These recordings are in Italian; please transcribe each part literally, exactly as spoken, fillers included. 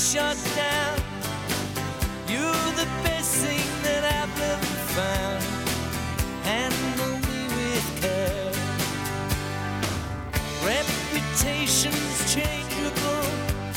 shut down. You're the best thing that I've ever found. Handle me with care. Reputations changeable,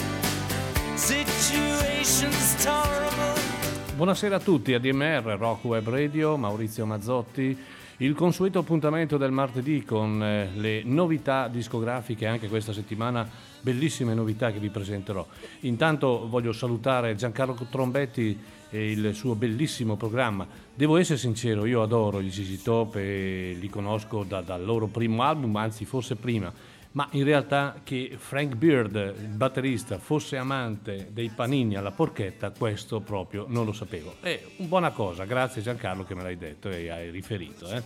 situations terrible. Buonasera a tutti, A D M R, Rock Web Radio, Maurizio Mazzotti, il consueto appuntamento del martedì con eh, le novità discografiche, anche questa settimana bellissime novità che vi presenterò. Intanto voglio salutare Giancarlo Trombetti e il suo bellissimo programma. Devo essere sincero, io adoro gli Z Z Top e li conosco da, dal loro primo album, anzi forse prima, ma in realtà che Frank Beard, il batterista, fosse amante dei panini alla porchetta, questo proprio non lo sapevo. È una buona cosa, grazie Giancarlo che me l'hai detto e hai riferito. Eh.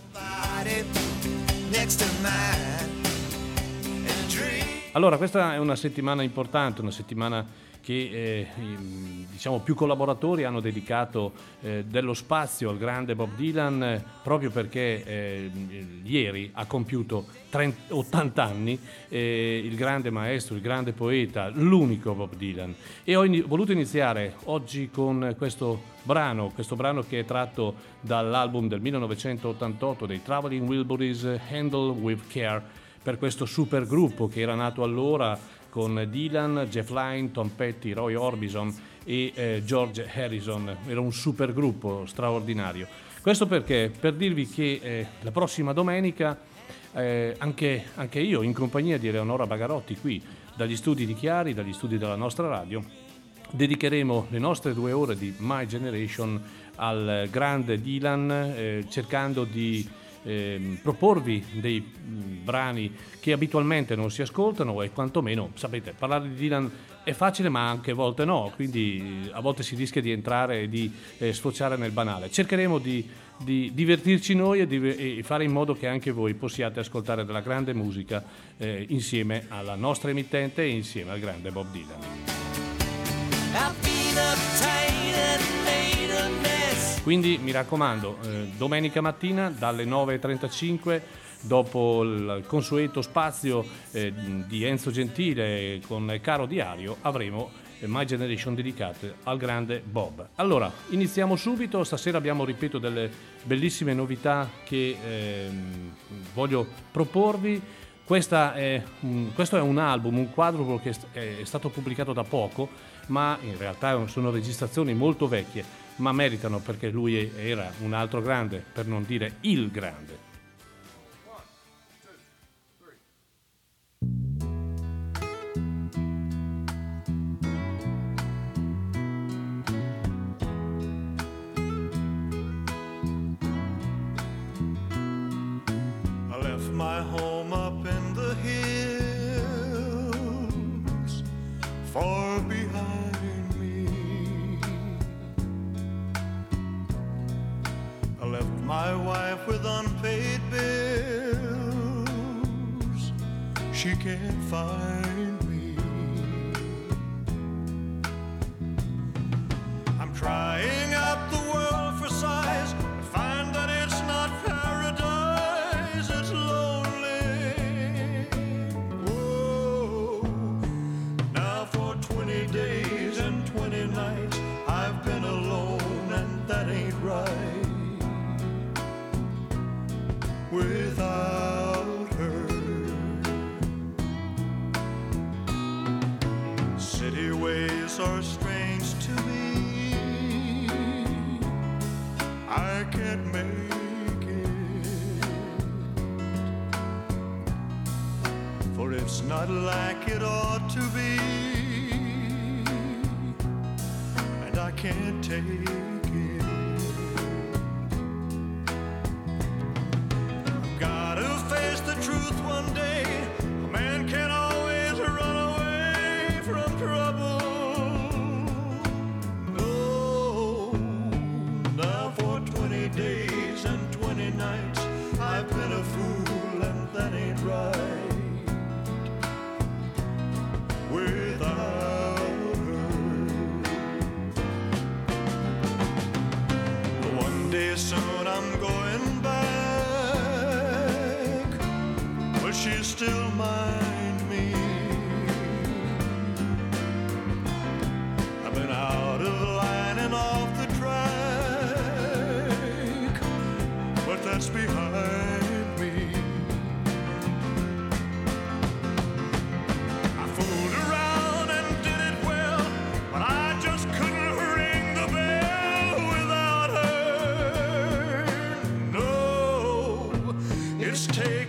Allora, questa è una settimana importante, una settimana che eh, diciamo più collaboratori hanno dedicato eh, dello spazio al grande Bob Dylan, eh, proprio perché eh, ieri ha compiuto trenta, ottanta anni eh, il grande maestro, il grande poeta, l'unico Bob Dylan. E ho in, voluto iniziare oggi con questo brano, questo brano che è tratto dall'album del millenovecentottantotto dei Traveling Wilburys, Handle with Care, per questo super gruppo che era nato allora con Dylan, Jeff Lynne, Tom Petty, Roy Orbison e eh, George Harrison. Era un super gruppo straordinario. Questo perché? Per dirvi che eh, la prossima domenica eh, anche, anche io, in compagnia di Eleonora Bagarotti, qui dagli studi di Chiari, dagli studi della nostra radio, dedicheremo le nostre due ore di My Generation al grande Dylan, eh, cercando di Eh, proporvi dei mh, brani che abitualmente non si ascoltano e quantomeno, sapete, parlare di Dylan è facile ma anche a volte no, quindi a volte si rischia di entrare e di eh, sfociare nel banale. Cercheremo di, di divertirci noi e, di, e fare in modo che anche voi possiate ascoltare della grande musica eh, insieme alla nostra emittente e insieme al grande Bob Dylan. Quindi mi raccomando, eh, domenica mattina dalle nove e trentacinque, dopo il consueto spazio eh, di Enzo Gentile con Caro Diario, avremo eh, My Generation dedicate al grande Bob. Allora, iniziamo subito. Stasera abbiamo, ripeto, delle bellissime novità che eh, voglio proporvi. Questa è un, questo è un album, un quadruplo che è stato pubblicato da poco, ma in realtà sono registrazioni molto vecchie, ma meritano perché lui era un altro grande, per non dire il grande. I left my home up in the hills, far behind me. I left my wife with unpaid bills. She can't find me. I'm trying out the world for size, but find that it's not paradise, it's lonely. Whoa. Now for twenty days and twenty nights I've been alone, and that ain't right. Without her, city ways are strange to me. I can't make it, for it's not like it ought to be, and I can't take it. Truth one day, a man can't always run away from trouble. No, now for twenty days and twenty nights I've been a fool, and that ain't right. Without her, one day soon I'm going back. She still mind me.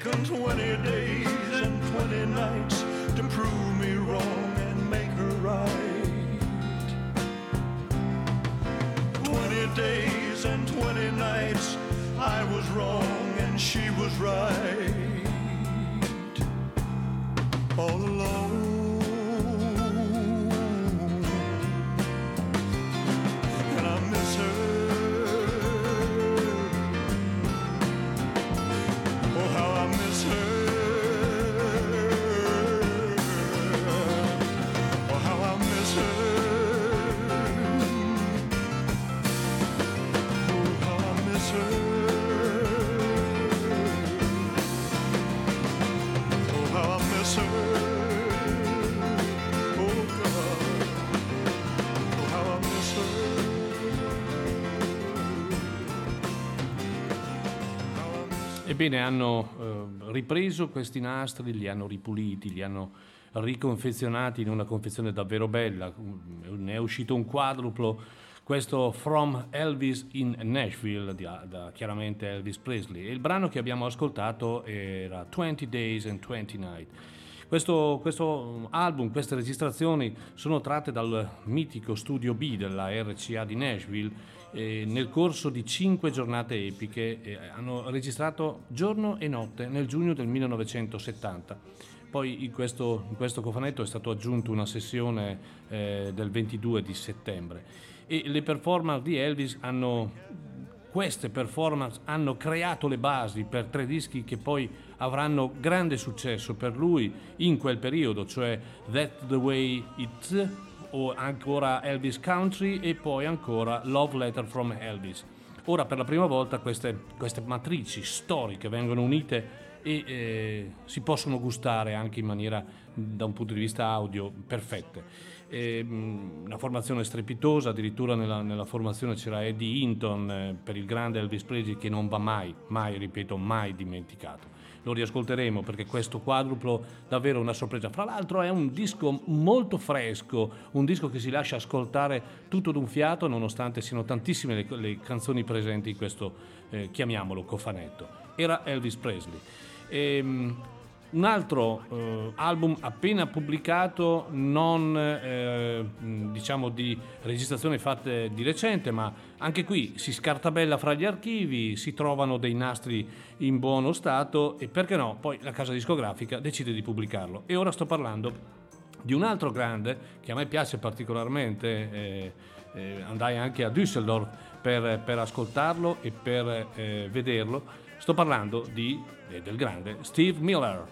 taken twenty days and twenty nights to prove me wrong and make her right. Twenty days and twenty nights I was wrong and she was right. All alone, and I miss her. Oh, how I miss her. Oh, how I miss her. Oh, how I miss her. Oh, how I miss her. Ebbene, hanno eh, ripreso questi nastri, li hanno ripuliti, li hanno riconfezionati in una confezione davvero bella. Ne è uscito un quadruplo, questo From Elvis in Nashville, da, da chiaramente Elvis Presley. E il brano che abbiamo ascoltato era twenty days and twenty nights. Questo, questo album, queste registrazioni sono tratte dal mitico Studio B della R C A di Nashville. Eh, nel corso di cinque giornate epiche eh, hanno registrato giorno e notte nel giugno del millenovecentosettanta. Poi in questo, in questo cofanetto è stato aggiunto una sessione eh, del ventidue di settembre e le performance di Elvis hanno queste performance hanno creato le basi per tre dischi che poi avranno grande successo per lui in quel periodo, cioè That's the Way It's, o ancora Elvis Country e poi ancora Love Letter from Elvis. Ora per la prima volta queste, queste matrici storiche vengono unite e eh, si possono gustare anche in maniera, da un punto di vista audio, perfette. E, mh, una formazione strepitosa, addirittura nella, nella formazione c'era Eddie Hinton eh, per il grande Elvis Presley, che non va mai, mai, ripeto, mai dimenticato. Lo riascolteremo perché questo quadruplo davvero una sorpresa. Fra l'altro è un disco molto fresco, un disco che si lascia ascoltare tutto d'un fiato nonostante siano tantissime le, le canzoni presenti in questo, eh, chiamiamolo, cofanetto. Era Elvis Presley. E, um, un altro eh, album appena pubblicato, non eh, diciamo di registrazioni fatte di recente, ma anche qui si scartabella fra gli archivi, si trovano dei nastri in buono stato e perché no, poi la casa discografica decide di pubblicarlo. E ora sto parlando di un altro grande che a me piace particolarmente, eh, eh, andai anche a Düsseldorf per, per ascoltarlo e per eh, vederlo. Sto parlando di, eh, del grande Steve Miller.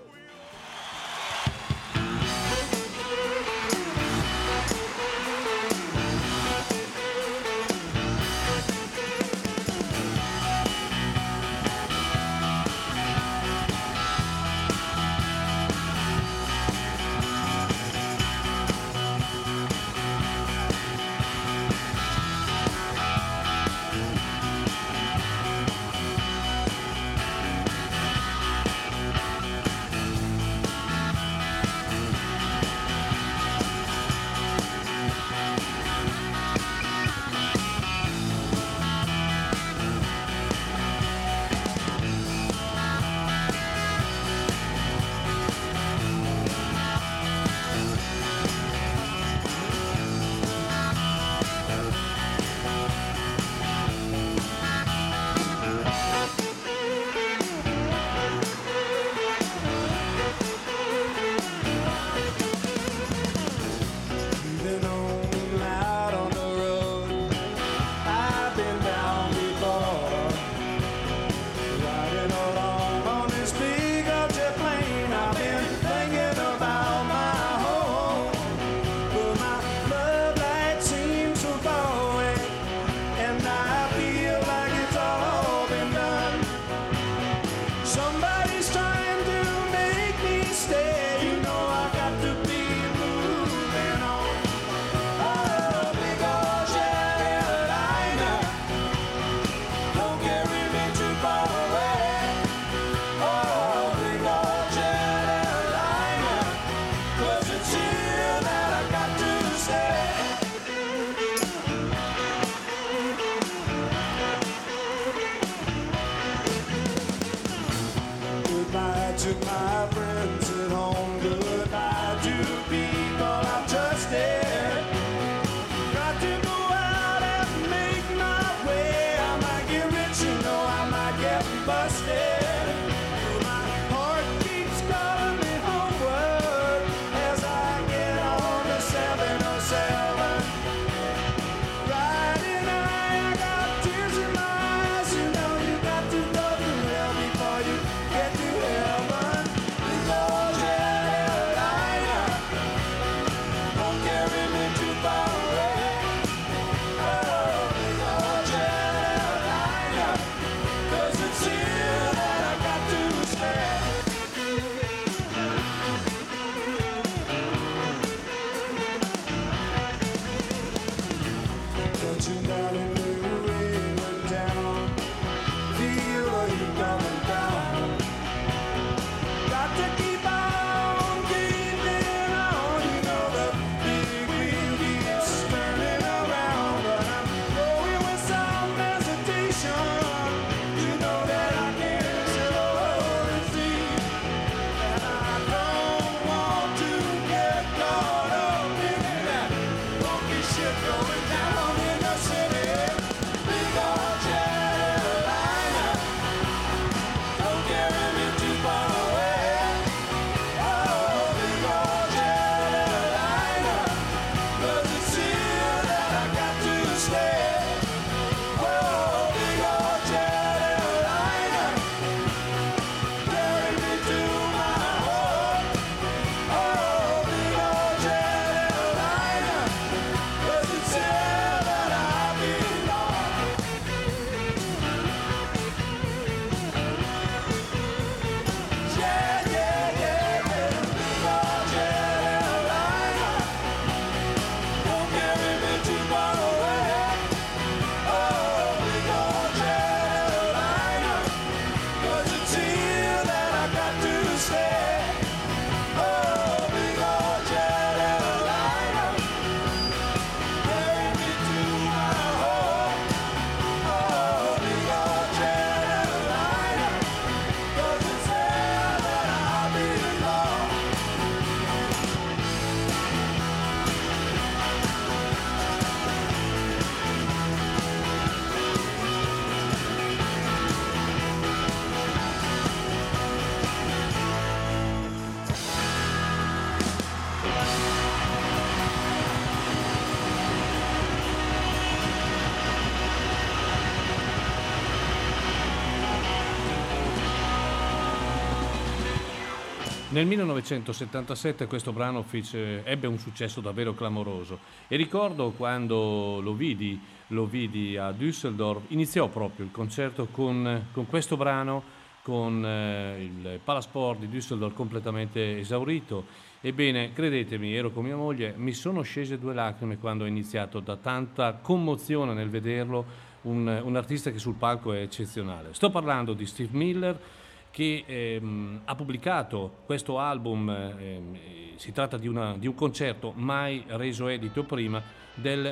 Nel millenovecentosettantasette questo brano fece, ebbe un successo davvero clamoroso e ricordo quando lo vidi, lo vidi a Düsseldorf, iniziò proprio il concerto con, con questo brano, con eh, il Palasport di Düsseldorf completamente esaurito. Ebbene, credetemi, ero con mia moglie, mi sono scese due lacrime quando ho iniziato, da tanta commozione nel vederlo, un, un artista che sul palco è eccezionale. Sto parlando di Steve Miller, che ehm, ha pubblicato questo album, ehm, si tratta di, una, di un concerto mai reso edito prima, del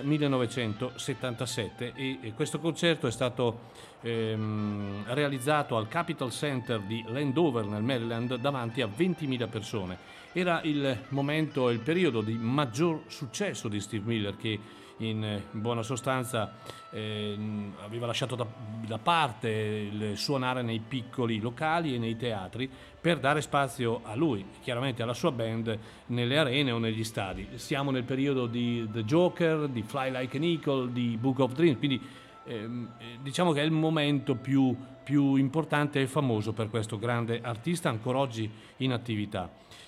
millenovecentosettantasette, e, e questo concerto è stato ehm, realizzato al Capitol Center di Landover nel Maryland davanti a ventimila persone. Era il momento, il periodo di maggior successo di Steve Miller, che in buona sostanza eh, aveva lasciato da, da parte il suonare nei piccoli locali e nei teatri per dare spazio a lui, chiaramente alla sua band, nelle arene o negli stadi. Siamo nel periodo di The Joker, di Fly Like an Eagle, di Book of Dreams, quindi eh, diciamo che è il momento più, più importante e famoso per questo grande artista ancora oggi in attività.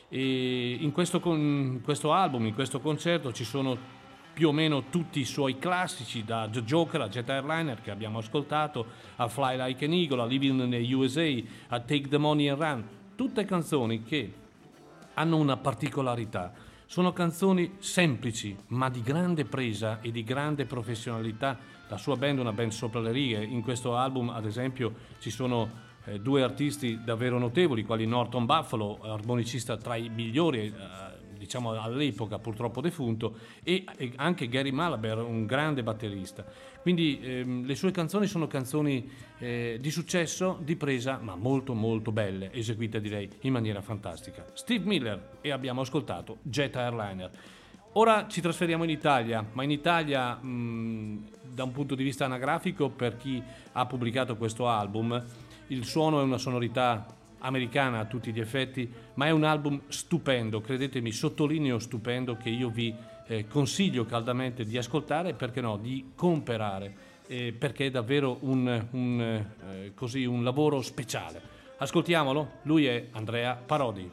E in questo, in questo album, in questo concerto ci sono più o meno tutti i suoi classici, da The Joker a Jet Airliner che abbiamo ascoltato, a Fly Like an Eagle, a Living in the U S A, a Take the Money and Run, tutte canzoni che hanno una particolarità. Sono canzoni semplici ma di grande presa e di grande professionalità. La sua band è una band sopra le righe. In questo album ad esempio ci sono eh, due artisti davvero notevoli, quali Norton Buffalo, armonicista tra i migliori eh, diciamo all'epoca, purtroppo defunto, e anche Gary Malaber, un grande batterista. Quindi ehm, le sue canzoni sono canzoni eh, di successo, di presa, ma molto molto belle, eseguite direi in maniera fantastica. Steve Miller, e abbiamo ascoltato Jet Airliner. Ora ci trasferiamo in Italia, ma in Italia mh, da un punto di vista anagrafico, per chi ha pubblicato questo album, il suono è una sonorità americana a tutti gli effetti, ma è un album stupendo, credetemi, sottolineo stupendo, che io vi eh, consiglio caldamente di ascoltare, perché no, di comprare, eh, perché è davvero un, un, eh, così, un lavoro speciale. Ascoltiamolo, lui è Andrea Parodi.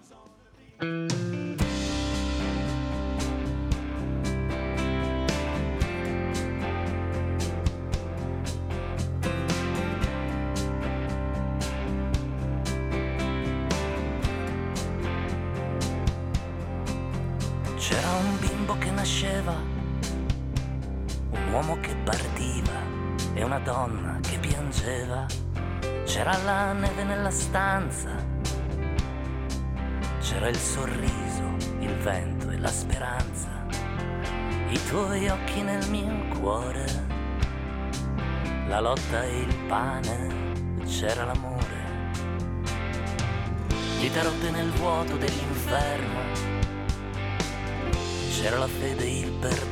uomo che partiva e una donna che piangeva. C'era la neve nella stanza, c'era il sorriso, il vento e la speranza, i tuoi occhi nel mio cuore, la lotta e il pane, c'era l'amore, dita rotte nel vuoto dell'inferno, c'era la fede e il perdono.